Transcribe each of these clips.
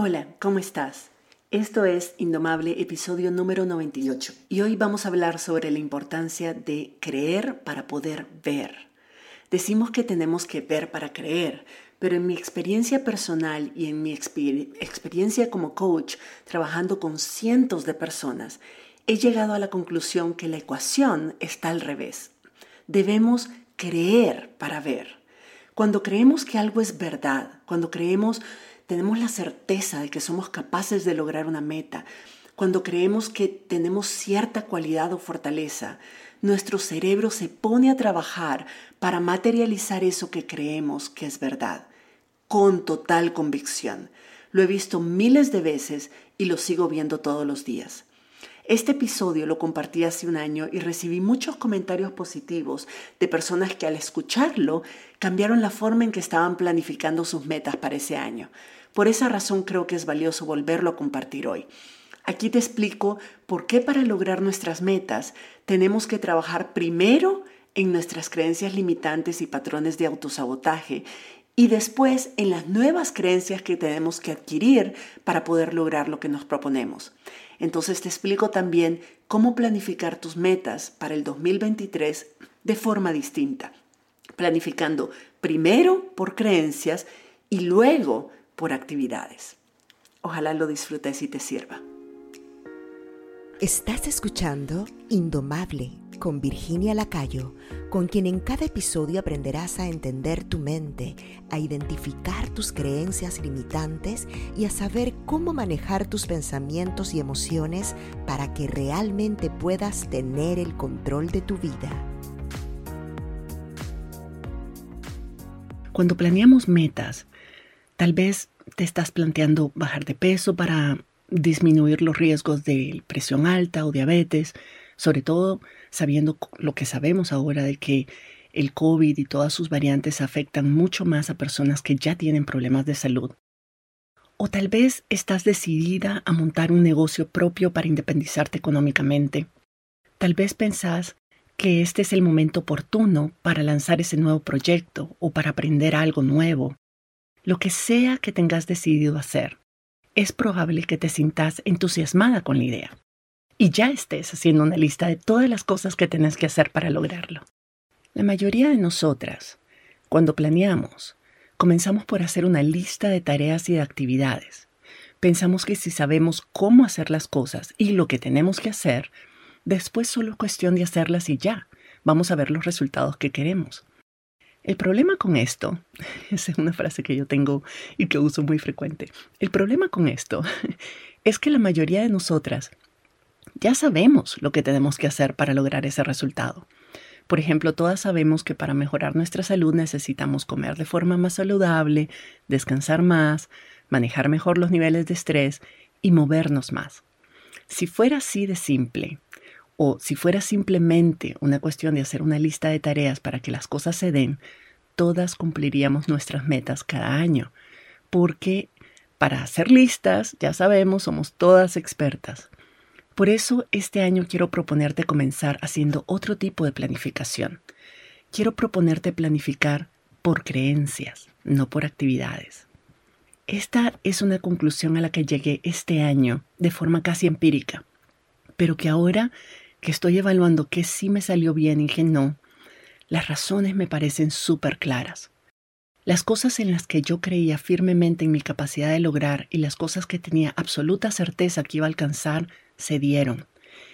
Hola, ¿cómo estás? Esto es Indomable, episodio número 98, y hoy vamos a hablar sobre la importancia de creer para poder ver. Decimos que tenemos que ver para creer, pero en mi experiencia personal y en mi experiencia como coach, trabajando con cientos de personas, he llegado a la conclusión que la ecuación está al revés. Debemos creer para ver. Cuando creemos que algo es verdad, cuando tenemos la certeza de que somos capaces de lograr una meta, cuando creemos que tenemos cierta cualidad o fortaleza, nuestro cerebro se pone a trabajar para materializar eso que creemos que es verdad, con total convicción. Lo he visto miles de veces y lo sigo viendo todos los días. Este episodio lo compartí hace un año y recibí muchos comentarios positivos de personas que al escucharlo cambiaron la forma en que estaban planificando sus metas para ese año. Por esa razón creo que es valioso volverlo a compartir hoy. Aquí te explico por qué para lograr nuestras metas tenemos que trabajar primero en nuestras creencias limitantes y patrones de autosabotaje y después en las nuevas creencias que tenemos que adquirir para poder lograr lo que nos proponemos. Entonces te explico también cómo planificar tus metas para el 2023 de forma distinta, planificando primero por creencias y luego por actividades. Ojalá lo disfrutes y te sirva. Estás escuchando Indomable con Virginia Lacayo, con quien en cada episodio aprenderás a entender tu mente, a identificar tus creencias limitantes y a saber cómo manejar tus pensamientos y emociones para que realmente puedas tener el control de tu vida. Cuando planeamos metas, tal vez te estás planteando bajar de peso para disminuir los riesgos de presión alta o diabetes, sobre todo sabiendo lo que sabemos ahora de que el COVID y todas sus variantes afectan mucho más a personas que ya tienen problemas de salud. O tal vez estás decidida a montar un negocio propio para independizarte económicamente. Tal vez pensás que este es el momento oportuno para lanzar ese nuevo proyecto o para aprender algo nuevo. Lo que sea que tengas decidido hacer, es probable que te sientas entusiasmada con la idea y ya estés haciendo una lista de todas las cosas que tenés que hacer para lograrlo. La mayoría de nosotras, cuando planeamos, comenzamos por hacer una lista de tareas y de actividades. Pensamos que si sabemos cómo hacer las cosas y lo que tenemos que hacer, después solo es cuestión de hacerlas y ya, vamos a ver los resultados que queremos. El problema con esto, esa es una frase que yo tengo y que uso muy frecuente. El problema con esto es que la mayoría de nosotras ya sabemos lo que tenemos que hacer para lograr ese resultado. Por ejemplo, todas sabemos que para mejorar nuestra salud necesitamos comer de forma más saludable, descansar más, manejar mejor los niveles de estrés y movernos más. Si fuera así de simple, o si fuera simplemente una cuestión de hacer una lista de tareas para que las cosas se den, todas cumpliríamos nuestras metas cada año. Porque para hacer listas, ya sabemos, somos todas expertas. Por eso este año quiero proponerte comenzar haciendo otro tipo de planificación. Quiero proponerte planificar por creencias, no por actividades. Esta es una conclusión a la que llegué este año de forma casi empírica, pero que ahora que estoy evaluando qué sí me salió bien y qué no, las razones me parecen súper claras. Las cosas en las que yo creía firmemente en mi capacidad de lograr y las cosas que tenía absoluta certeza que iba a alcanzar, se dieron.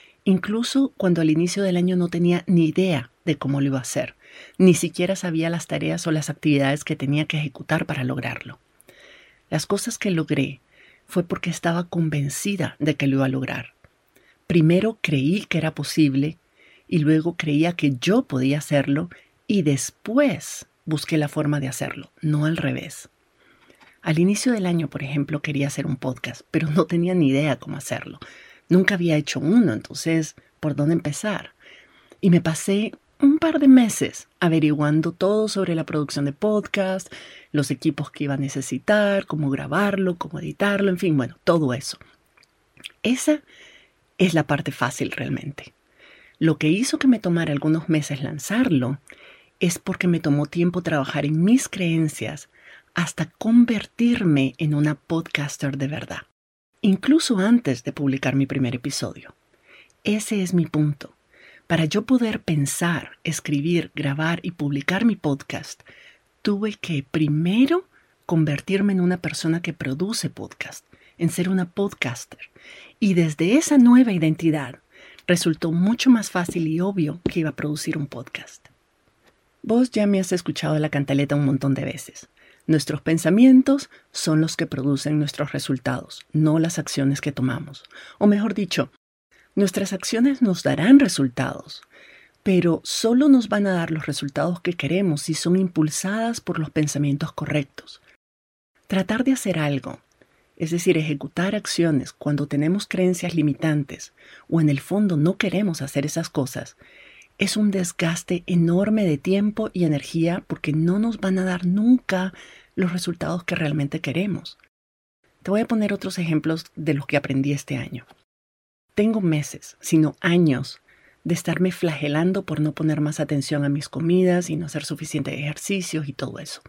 Incluso cuando al inicio del año no tenía ni idea de cómo lo iba a hacer, ni siquiera sabía las tareas o las actividades que tenía que ejecutar para lograrlo. Las cosas que logré fue porque estaba convencida de que lo iba a lograr. Primero creí que era posible y luego creía que yo podía hacerlo y después busqué la forma de hacerlo, no al revés. Al inicio del año, por ejemplo, quería hacer un podcast, pero no tenía ni idea cómo hacerlo. Nunca había hecho uno, entonces, ¿por dónde empezar? Y me pasé un par de meses averiguando todo sobre la producción de podcast, los equipos que iba a necesitar, cómo grabarlo, cómo editarlo, en fin, bueno, todo eso. Esa es la parte fácil realmente. Lo que hizo que me tomara algunos meses lanzarlo es porque me tomó tiempo trabajar en mis creencias hasta convertirme en una podcaster de verdad, incluso antes de publicar mi primer episodio. Ese es mi punto. Para yo poder pensar, escribir, grabar y publicar mi podcast, tuve que primero convertirme en una persona que produce podcast, en ser una podcaster. Y desde esa nueva identidad resultó mucho más fácil y obvio que iba a producir un podcast. Vos ya me has escuchado la cantaleta un montón de veces. Nuestros pensamientos son los que producen nuestros resultados, no las acciones que tomamos. O mejor dicho, nuestras acciones nos darán resultados, pero solo nos van a dar los resultados que queremos si son impulsadas por los pensamientos correctos. Tratar de hacer algo, es decir, ejecutar acciones cuando tenemos creencias limitantes o en el fondo no queremos hacer esas cosas, es un desgaste enorme de tiempo y energía porque no nos van a dar nunca los resultados que realmente queremos. Te voy a poner otros ejemplos de los que aprendí este año. Tengo meses, sino años, de estarme flagelando por no poner más atención a mis comidas y no hacer suficientes ejercicios y todo eso.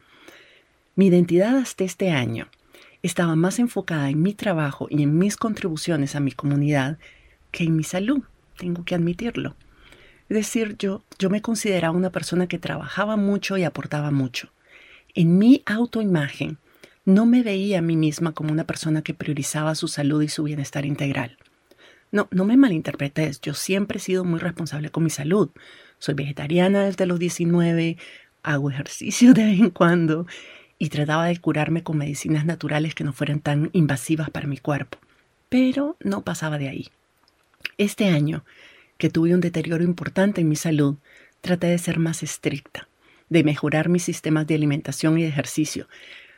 Mi identidad hasta este año estaba más enfocada en mi trabajo y en mis contribuciones a mi comunidad que en mi salud, tengo que admitirlo. Es decir, yo me consideraba una persona que trabajaba mucho y aportaba mucho. En mi autoimagen no me veía a mí misma como una persona que priorizaba su salud y su bienestar integral. No me malinterpretes, yo siempre he sido muy responsable con mi salud. Soy vegetariana desde los 19, hago ejercicio de vez en cuando y trataba de curarme con medicinas naturales que no fueran tan invasivas para mi cuerpo. Pero no pasaba de ahí. Este año, que tuve un deterioro importante en mi salud, traté de ser más estricta, de mejorar mis sistemas de alimentación y de ejercicio,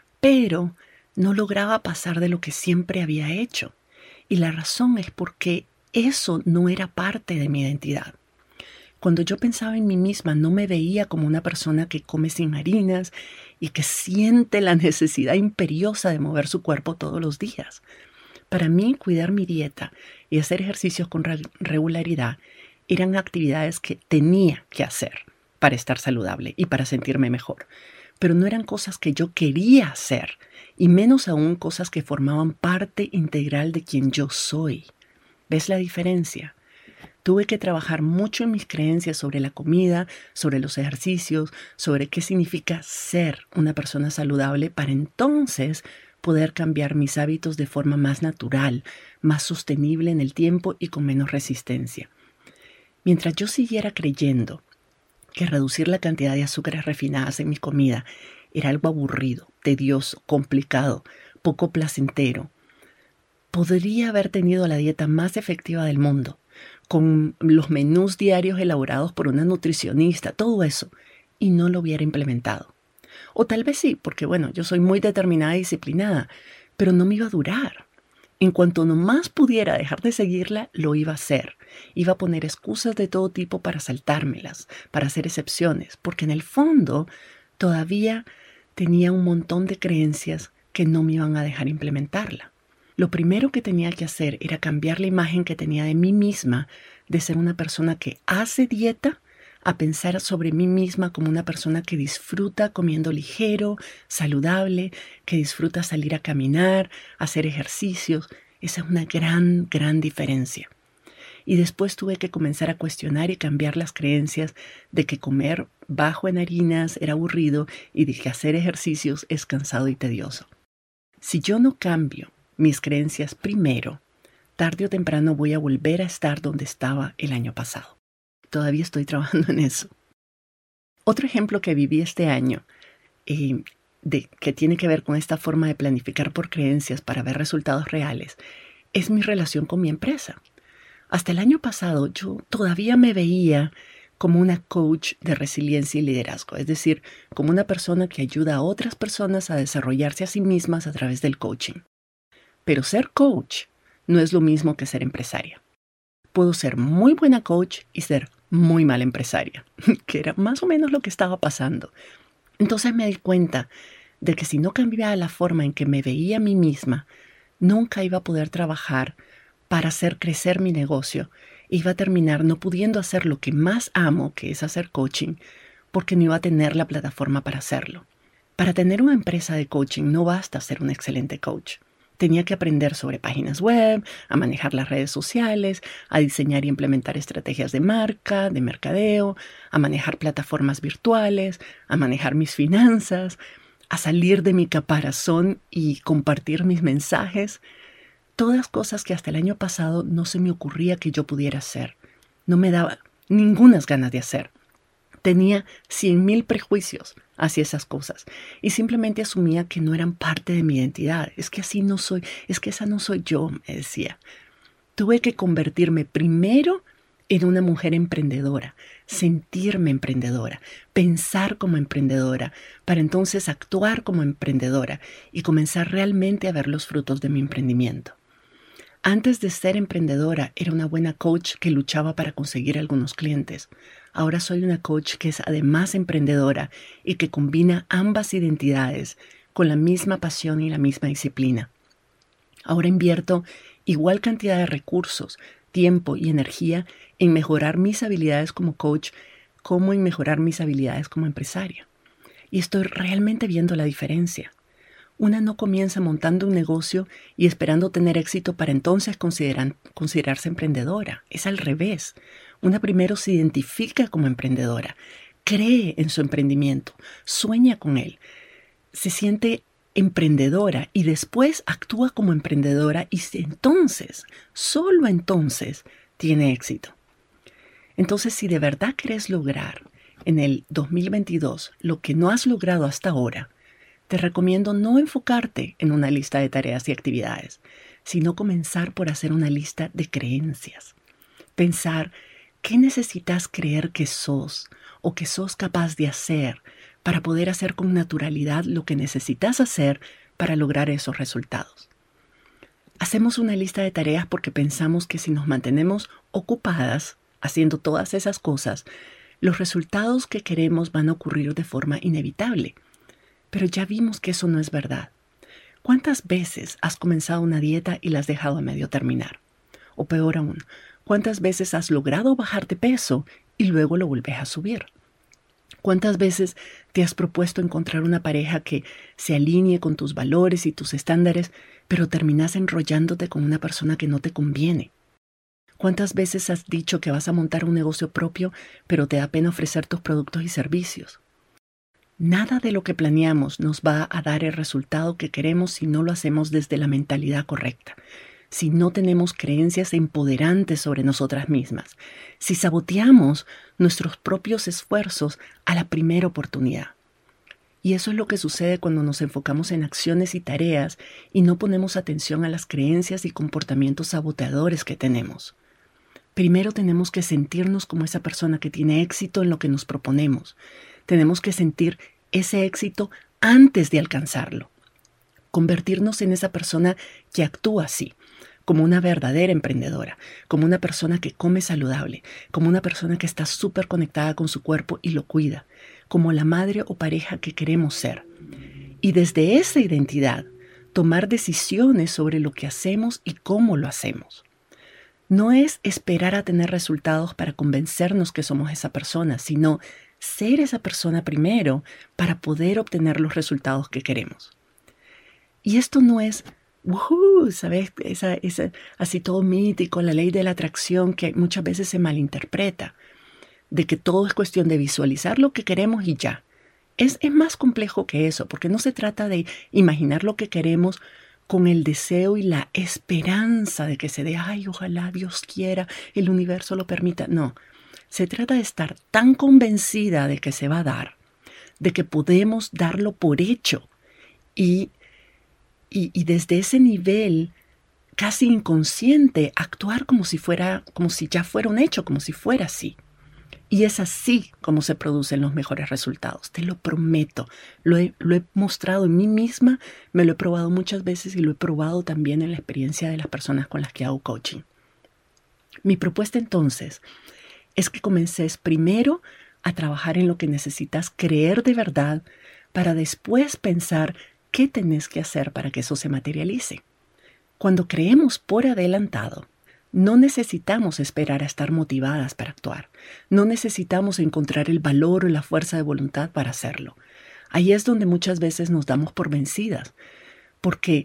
pero no lograba pasar de lo que siempre había hecho. Y la razón es porque eso no era parte de mi identidad. Cuando yo pensaba en mí misma, no me veía como una persona que come sin harinas y que siente la necesidad imperiosa de mover su cuerpo todos los días. Para mí, cuidar mi dieta y hacer ejercicios con regularidad eran actividades que tenía que hacer para estar saludable y para sentirme mejor. Pero no eran cosas que yo quería hacer, y menos aún cosas que formaban parte integral de quien yo soy. ¿Ves la diferencia? Tuve que trabajar mucho en mis creencias sobre la comida, sobre los ejercicios, sobre qué significa ser una persona saludable para entonces poder cambiar mis hábitos de forma más natural, más sostenible en el tiempo y con menos resistencia. Mientras yo siguiera creyendo que reducir la cantidad de azúcares refinadas en mi comida era algo aburrido, tedioso, complicado, poco placentero, podría haber tenido la dieta más efectiva del mundo, con los menús diarios elaborados por una nutricionista, todo eso, y no lo hubiera implementado. O tal vez sí, porque yo soy muy determinada y disciplinada, pero no me iba a durar. En cuanto nomás pudiera dejar de seguirla, lo iba a hacer. Iba a poner excusas de todo tipo para saltármelas, para hacer excepciones, porque en el fondo todavía tenía un montón de creencias que no me iban a dejar implementarla. Lo primero que tenía que hacer era cambiar la imagen que tenía de mí misma, de ser una persona que hace dieta, a pensar sobre mí misma como una persona que disfruta comiendo ligero, saludable, que disfruta salir a caminar, hacer ejercicios. Esa es una gran, gran diferencia. Y después tuve que comenzar a cuestionar y cambiar las creencias de que comer bajo en harinas era aburrido y de que hacer ejercicios es cansado y tedioso. Si yo no cambio mis creencias primero, tarde o temprano voy a volver a estar donde estaba el año pasado. Todavía estoy trabajando en eso. Otro ejemplo que viví este año, que tiene que ver con esta forma de planificar por creencias para ver resultados reales, es mi relación con mi empresa. Hasta el año pasado yo todavía me veía como una coach de resiliencia y liderazgo, es decir, como una persona que ayuda a otras personas a desarrollarse a sí mismas a través del coaching. Pero ser coach no es lo mismo que ser empresaria. Puedo ser muy buena coach y ser muy mala empresaria, que era más o menos lo que estaba pasando. Entonces me di cuenta de que si no cambiaba la forma en que me veía a mí misma, nunca iba a poder trabajar para hacer crecer mi negocio. Iba a terminar no pudiendo hacer lo que más amo, que es hacer coaching, porque no iba a tener la plataforma para hacerlo. Para tener una empresa de coaching no basta ser un excelente coach. Tenía que aprender sobre páginas web, a manejar las redes sociales, a diseñar y implementar estrategias de marca, de mercadeo, a manejar plataformas virtuales, a manejar mis finanzas, a salir de mi caparazón y compartir mis mensajes. Todas cosas que hasta el año pasado no se me ocurría que yo pudiera hacer. No me daba ningunas ganas de hacer. Tenía 100,000 prejuicios hacia esas cosas y simplemente asumía que no eran parte de mi identidad. Es que así no soy, es que esa no soy yo, me decía. Tuve que convertirme primero en una mujer emprendedora, sentirme emprendedora, pensar como emprendedora, para entonces actuar como emprendedora y comenzar realmente a ver los frutos de mi emprendimiento. Antes de ser emprendedora, era una buena coach que luchaba para conseguir algunos clientes. Ahora soy una coach que es además emprendedora y que combina ambas identidades con la misma pasión y la misma disciplina. Ahora invierto igual cantidad de recursos, tiempo y energía en mejorar mis habilidades como coach como en mejorar mis habilidades como empresaria. Y estoy realmente viendo la diferencia. Una no comienza montando un negocio y esperando tener éxito para entonces considerarse emprendedora. Es al revés. Una primero se identifica como emprendedora, cree en su emprendimiento, sueña con él, se siente emprendedora y después actúa como emprendedora y entonces, solo entonces, tiene éxito. Entonces, si de verdad quieres lograr en el 2022 lo que no has logrado hasta ahora, te recomiendo no enfocarte en una lista de tareas y actividades, sino comenzar por hacer una lista de creencias. Pensar qué necesitas creer que sos o que sos capaz de hacer para poder hacer con naturalidad lo que necesitas hacer para lograr esos resultados. Hacemos una lista de tareas porque pensamos que si nos mantenemos ocupadas haciendo todas esas cosas, los resultados que queremos van a ocurrir de forma inevitable. Pero ya vimos que eso no es verdad. ¿Cuántas veces has comenzado una dieta y la has dejado a medio terminar? O peor aún, ¿cuántas veces has logrado bajar de peso y luego lo vuelves a subir? ¿Cuántas veces te has propuesto encontrar una pareja que se alinee con tus valores y tus estándares, pero terminas enrollándote con una persona que no te conviene? ¿Cuántas veces has dicho que vas a montar un negocio propio, pero te da pena ofrecer tus productos y servicios? Nada de lo que planeamos nos va a dar el resultado que queremos si no lo hacemos desde la mentalidad correcta, si no tenemos creencias empoderantes sobre nosotras mismas, si saboteamos nuestros propios esfuerzos a la primera oportunidad. Y eso es lo que sucede cuando nos enfocamos en acciones y tareas y no ponemos atención a las creencias y comportamientos saboteadores que tenemos. Primero tenemos que sentirnos como esa persona que tiene éxito en lo que nos proponemos. Tenemos que sentir ese éxito antes de alcanzarlo. Convertirnos en esa persona que actúa así, como una verdadera emprendedora, como una persona que come saludable, como una persona que está súper conectada con su cuerpo y lo cuida, como la madre o pareja que queremos ser. Y desde esa identidad, tomar decisiones sobre lo que hacemos y cómo lo hacemos. No es esperar a tener resultados para convencernos que somos esa persona, sino ser esa persona primero para poder obtener los resultados que queremos. Y esto no es, ¿sabes? Así todo mítico, la ley de la atracción que muchas veces se malinterpreta, de que todo es cuestión de visualizar lo que queremos y ya. Es más complejo que eso, porque no se trata de imaginar lo que queremos con el deseo y la esperanza de que se dé, ay, ojalá Dios quiera, el universo lo permita. No, se trata de estar tan convencida de que se va a dar, de que podemos darlo por hecho y desde ese nivel casi inconsciente actuar como si ya fuera un hecho, como si fuera así. Y es así como se producen los mejores resultados, te lo prometo. Lo he mostrado en mí misma, me lo he probado muchas veces y lo he probado también en la experiencia de las personas con las que hago coaching. Mi propuesta entonces es que comences primero a trabajar en lo que necesitas creer de verdad para después pensar qué tenés que hacer para que eso se materialice. Cuando creemos por adelantado, no necesitamos esperar a estar motivadas para actuar. No necesitamos encontrar el valor o la fuerza de voluntad para hacerlo. Ahí es donde muchas veces nos damos por vencidas, porque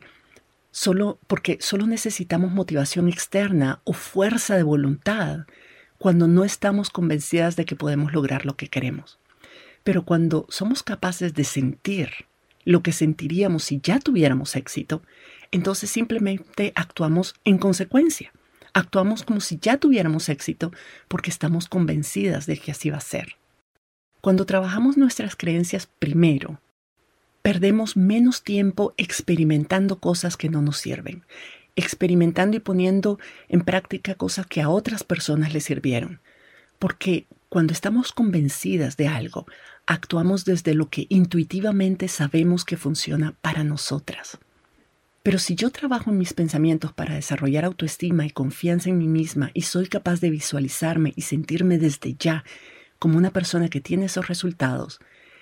solo necesitamos motivación externa o fuerza de voluntad cuando no estamos convencidas de que podemos lograr lo que queremos. Pero cuando somos capaces de sentir lo que sentiríamos si ya tuviéramos éxito, entonces simplemente actuamos en consecuencia. Actuamos como si ya tuviéramos éxito porque estamos convencidas de que así va a ser. Cuando trabajamos nuestras creencias primero, perdemos menos tiempo experimentando cosas que no nos sirven, experimentando y poniendo en práctica cosas que a otras personas les sirvieron. Porque cuando estamos convencidas de algo, actuamos desde lo que intuitivamente sabemos que funciona para nosotras. Pero si yo trabajo en mis pensamientos para desarrollar autoestima y confianza en mí misma y soy capaz de visualizarme y sentirme desde ya como una persona que tiene esos resultados,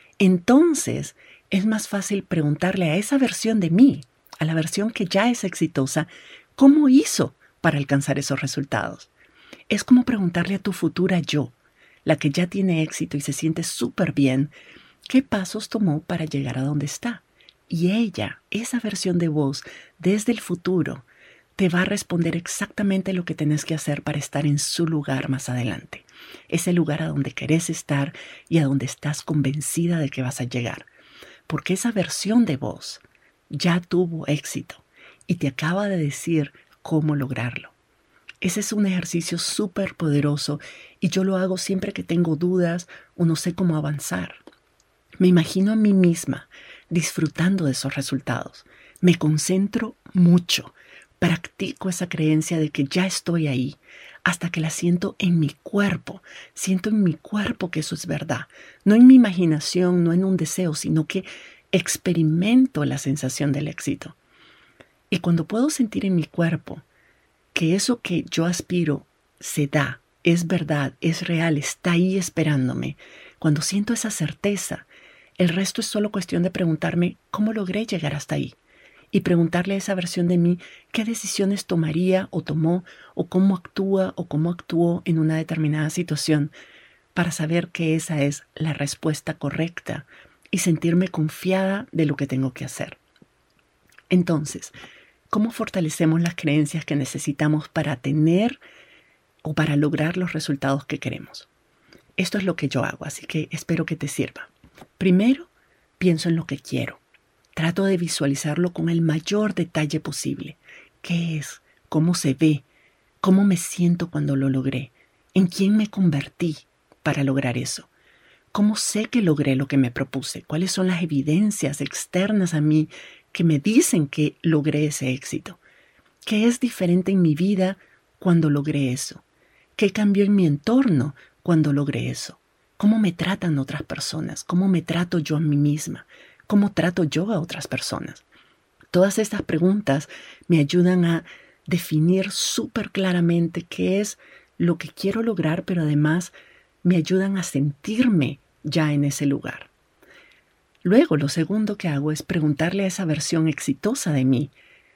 entonces es más fácil preguntarle a esa versión de mí, a la versión que ya es exitosa, ¿cómo hizo para alcanzar esos resultados? Es como preguntarle a tu futura yo, la que ya tiene éxito y se siente súper bien, ¿qué pasos tomó para llegar a donde está? Y ella, esa versión de vos, desde el futuro, te va a responder exactamente lo que tenés que hacer para estar en su lugar más adelante. Ese lugar a donde querés estar y a donde estás convencida de que vas a llegar. Porque esa versión de vos ya tuvo éxito y te acaba de decir cómo lograrlo. Ese es un ejercicio súper poderoso y yo lo hago siempre que tengo dudas o no sé cómo avanzar. Me imagino a mí misma disfrutando de esos resultados. Me concentro mucho. Practico esa creencia de que ya estoy ahí hasta que la siento en mi cuerpo. Siento en mi cuerpo que eso es verdad. No en mi imaginación, no en un deseo, sino que experimento la sensación del éxito. Y cuando puedo sentir en mi cuerpo que eso que yo aspiro se da, es verdad, es real, está ahí esperándome, cuando siento esa certeza, el resto es solo cuestión de preguntarme cómo logré llegar hasta ahí. Y preguntarle a esa versión de mí qué decisiones tomaría o tomó o cómo actúa o cómo actuó en una determinada situación para saber que esa es la respuesta correcta y sentirme confiada de lo que tengo que hacer. Entonces, ¿cómo fortalecemos las creencias que necesitamos para tener o para lograr los resultados que queremos? Esto es lo que yo hago, así que espero que te sirva. Primero, pienso en lo que quiero. Trato de visualizarlo con el mayor detalle posible. ¿Qué es? ¿Cómo se ve? ¿Cómo me siento cuando lo logré? ¿En quién me convertí para lograr eso? ¿Cómo sé que logré lo que me propuse? ¿Cuáles son las evidencias externas a mí que me dicen que logré ese éxito? ¿Qué es diferente en mi vida cuando logré eso? ¿Qué cambió en mi entorno cuando logré eso? ¿Cómo me tratan otras personas? ¿Cómo me trato yo a mí misma? ¿Cómo trato yo a otras personas? Todas estas preguntas me ayudan a definir súper claramente qué es lo que quiero lograr, pero además me ayudan a sentirme ya en ese lugar. Luego, lo segundo que hago es preguntarle a esa versión exitosa de mí,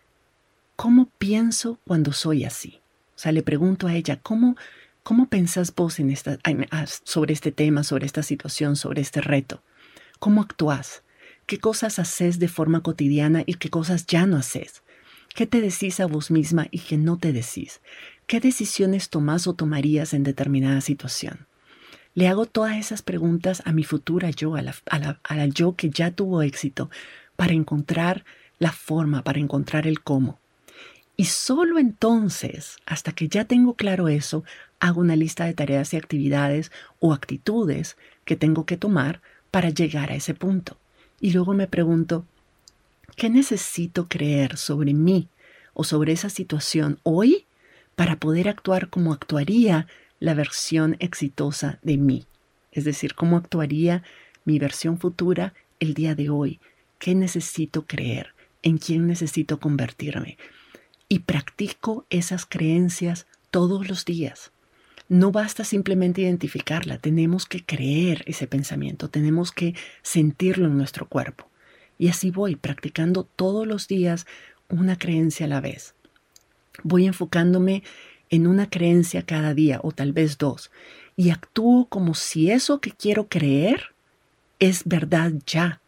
¿cómo pienso cuando soy así? O sea, le pregunto a ella, ¿cómo pensás vos sobre este tema, sobre esta situación, sobre este reto? ¿Cómo actuás? ¿Qué cosas haces de forma cotidiana y qué cosas ya no haces? ¿Qué te decís a vos misma y qué no te decís? ¿Qué decisiones tomás o tomarías en determinada situación? Le hago todas esas preguntas a mi futura yo, a la yo que ya tuvo éxito, para encontrar la forma, para encontrar el cómo. Y solo entonces, hasta que ya tengo claro eso, hago una lista de tareas y actividades o actitudes que tengo que tomar para llegar a ese punto. Y luego me pregunto, ¿qué necesito creer sobre mí o sobre esa situación hoy para poder actuar como actuaría la versión exitosa de mí? Es decir, ¿cómo actuaría mi versión futura el día de hoy? ¿Qué necesito creer? ¿En quién necesito convertirme? Y practico esas creencias todos los días. No basta simplemente identificarla, tenemos que creer ese pensamiento, tenemos que sentirlo en nuestro cuerpo. Y así voy practicando todos los días una creencia a la vez. Voy enfocándome en una creencia cada día o tal vez dos y actúo como si eso que quiero creer es verdad ya,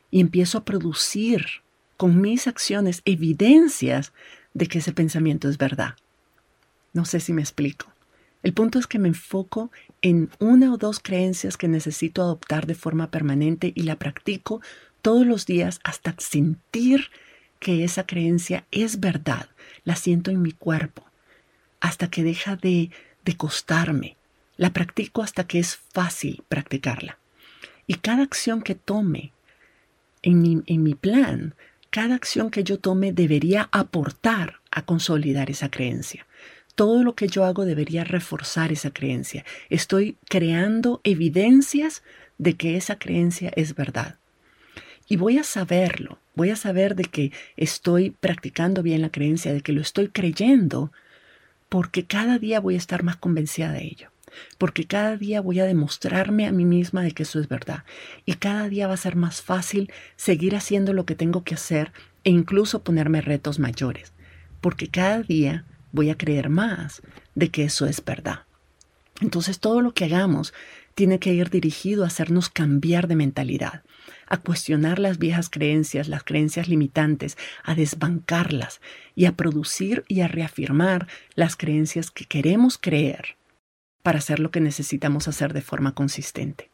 y empiezo a producir con mis acciones evidencias de que ese pensamiento es verdad. No sé si me explico. El punto es que me enfoco en una o dos creencias que necesito adoptar de forma permanente y la practico todos los días hasta sentir que esa creencia es verdad. La siento en mi cuerpo, hasta que deja de costarme. La practico hasta que es fácil practicarla. Y cada acción que tome en mi plan, cada acción que yo tome debería aportar a consolidar esa creencia. Todo lo que yo hago debería reforzar esa creencia. Estoy creando evidencias de que esa creencia es verdad. Y voy a saberlo, voy a saber de que estoy practicando bien la creencia, de que lo estoy creyendo, porque cada día voy a estar más convencida de ello. Porque cada día voy a demostrarme a mí misma de que eso es verdad. Y cada día va a ser más fácil seguir haciendo lo que tengo que hacer e incluso ponerme retos mayores. Porque cada día voy a creer más de que eso es verdad. Entonces todo lo que hagamos tiene que ir dirigido a hacernos cambiar de mentalidad, a cuestionar las viejas creencias, las creencias limitantes, a desbancarlas y a producir y a reafirmar las creencias que queremos creer para hacer lo que necesitamos hacer de forma consistente.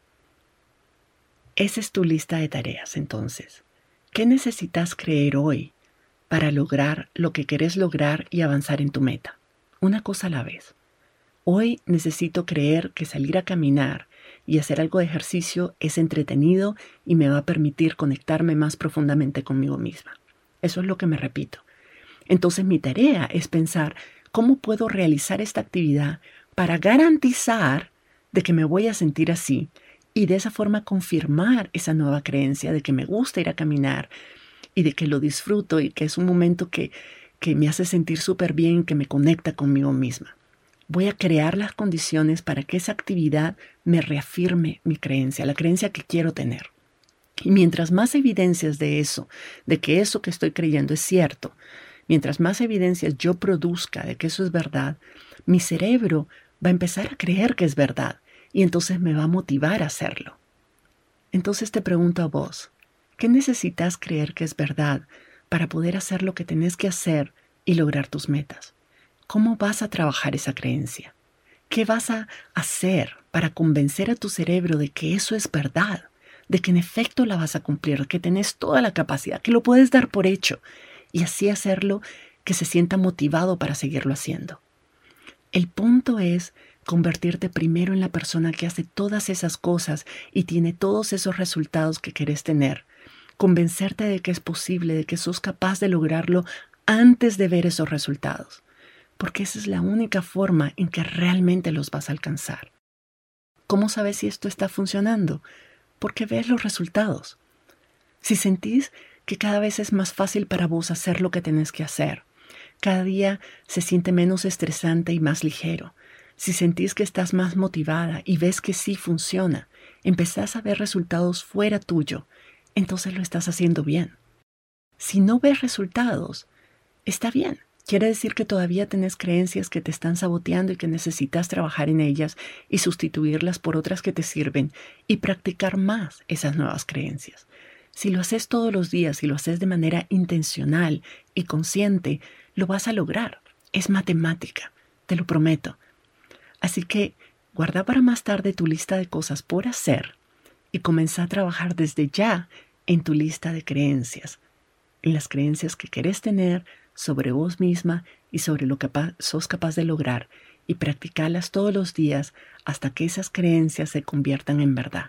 Esa es tu lista de tareas, entonces. ¿Qué necesitas creer hoy para lograr lo que querés lograr y avanzar en tu meta? Una cosa a la vez. Hoy necesito creer que salir a caminar y hacer algo de ejercicio es entretenido y me va a permitir conectarme más profundamente conmigo misma. Eso es lo que me repito. Entonces mi tarea es pensar cómo puedo realizar esta actividad para garantizar de que me voy a sentir así y de esa forma confirmar esa nueva creencia de que me gusta ir a caminar y de que lo disfruto y que es un momento que me hace sentir súper bien, que me conecta conmigo misma. Voy a crear las condiciones para que esa actividad me reafirme mi creencia, la creencia que quiero tener. Y mientras más evidencias de eso, de que eso que estoy creyendo es cierto, mientras más evidencias yo produzca de que eso es verdad, mi cerebro va a empezar a creer que es verdad y entonces me va a motivar a hacerlo. Entonces te pregunto a vos, ¿qué necesitas creer que es verdad para poder hacer lo que tenés que hacer y lograr tus metas? ¿Cómo vas a trabajar esa creencia? ¿Qué vas a hacer para convencer a tu cerebro de que eso es verdad? De que en efecto la vas a cumplir, que tenés toda la capacidad, que lo puedes dar por hecho y así hacerlo que se sienta motivado para seguirlo haciendo. El punto es convertirte primero en la persona que hace todas esas cosas y tiene todos esos resultados que querés tener. Convencerte de que es posible, de que sos capaz de lograrlo antes de ver esos resultados. Porque esa es la única forma en que realmente los vas a alcanzar. ¿Cómo sabes si esto está funcionando? Porque ves los resultados. Si sentís que cada vez es más fácil para vos hacer lo que tenés que hacer, cada día se siente menos estresante y más ligero. Si sentís que estás más motivada y ves que sí funciona, empezás a ver resultados fuera tuyo, entonces lo estás haciendo bien. Si no ves resultados, está bien. Quiere decir que todavía tenés creencias que te están saboteando y que necesitas trabajar en ellas y sustituirlas por otras que te sirven y practicar más esas nuevas creencias. Si lo haces todos los días, si lo haces de manera intencional y consciente, lo vas a lograr. Es matemática, te lo prometo. Así que guarda para más tarde tu lista de cosas por hacer y comienza a trabajar desde ya en tu lista de creencias, en las creencias que querés tener sobre vos misma y sobre lo que sos capaz de lograr y practicarlas todos los días hasta que esas creencias se conviertan en verdad.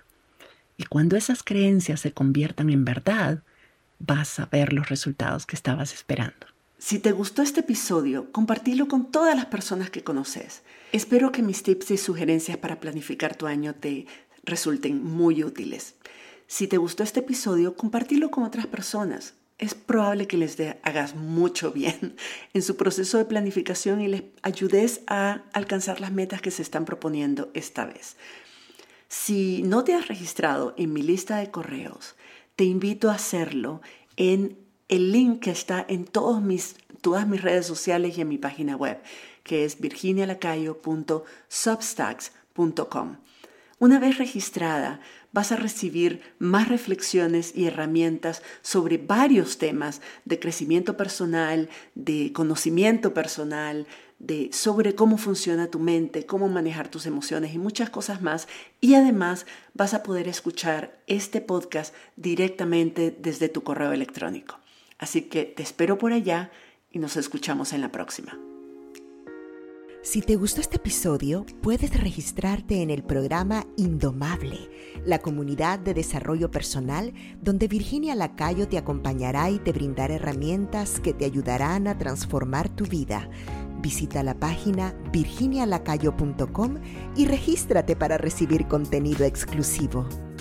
Y cuando esas creencias se conviertan en verdad, vas a ver los resultados que estabas esperando. Si te gustó este episodio, compartilo con todas las personas que conoces. Espero que mis tips y sugerencias para planificar tu año te resulten muy útiles. Si te gustó este episodio, compartilo con otras personas. Es probable que les hagas mucho bien en su proceso de planificación y les ayudes a alcanzar las metas que se están proponiendo esta vez. Si no te has registrado en mi lista de correos, te invito a hacerlo en el link que está en todas mis redes sociales y en mi página web, que es virginialacayo.substacks.com. Una vez registrada, vas a recibir más reflexiones y herramientas sobre varios temas de crecimiento personal, de conocimiento personal, sobre cómo funciona tu mente, cómo manejar tus emociones y muchas cosas más. Y además vas a poder escuchar este podcast directamente desde tu correo electrónico. Así que te espero por allá y nos escuchamos en la próxima. Si te gustó este episodio, puedes registrarte en el programa Indomable, la comunidad de desarrollo personal donde Virginia Lacayo te acompañará y te brindará herramientas que te ayudarán a transformar tu vida. Visita la página virginialacayo.com y regístrate para recibir contenido exclusivo.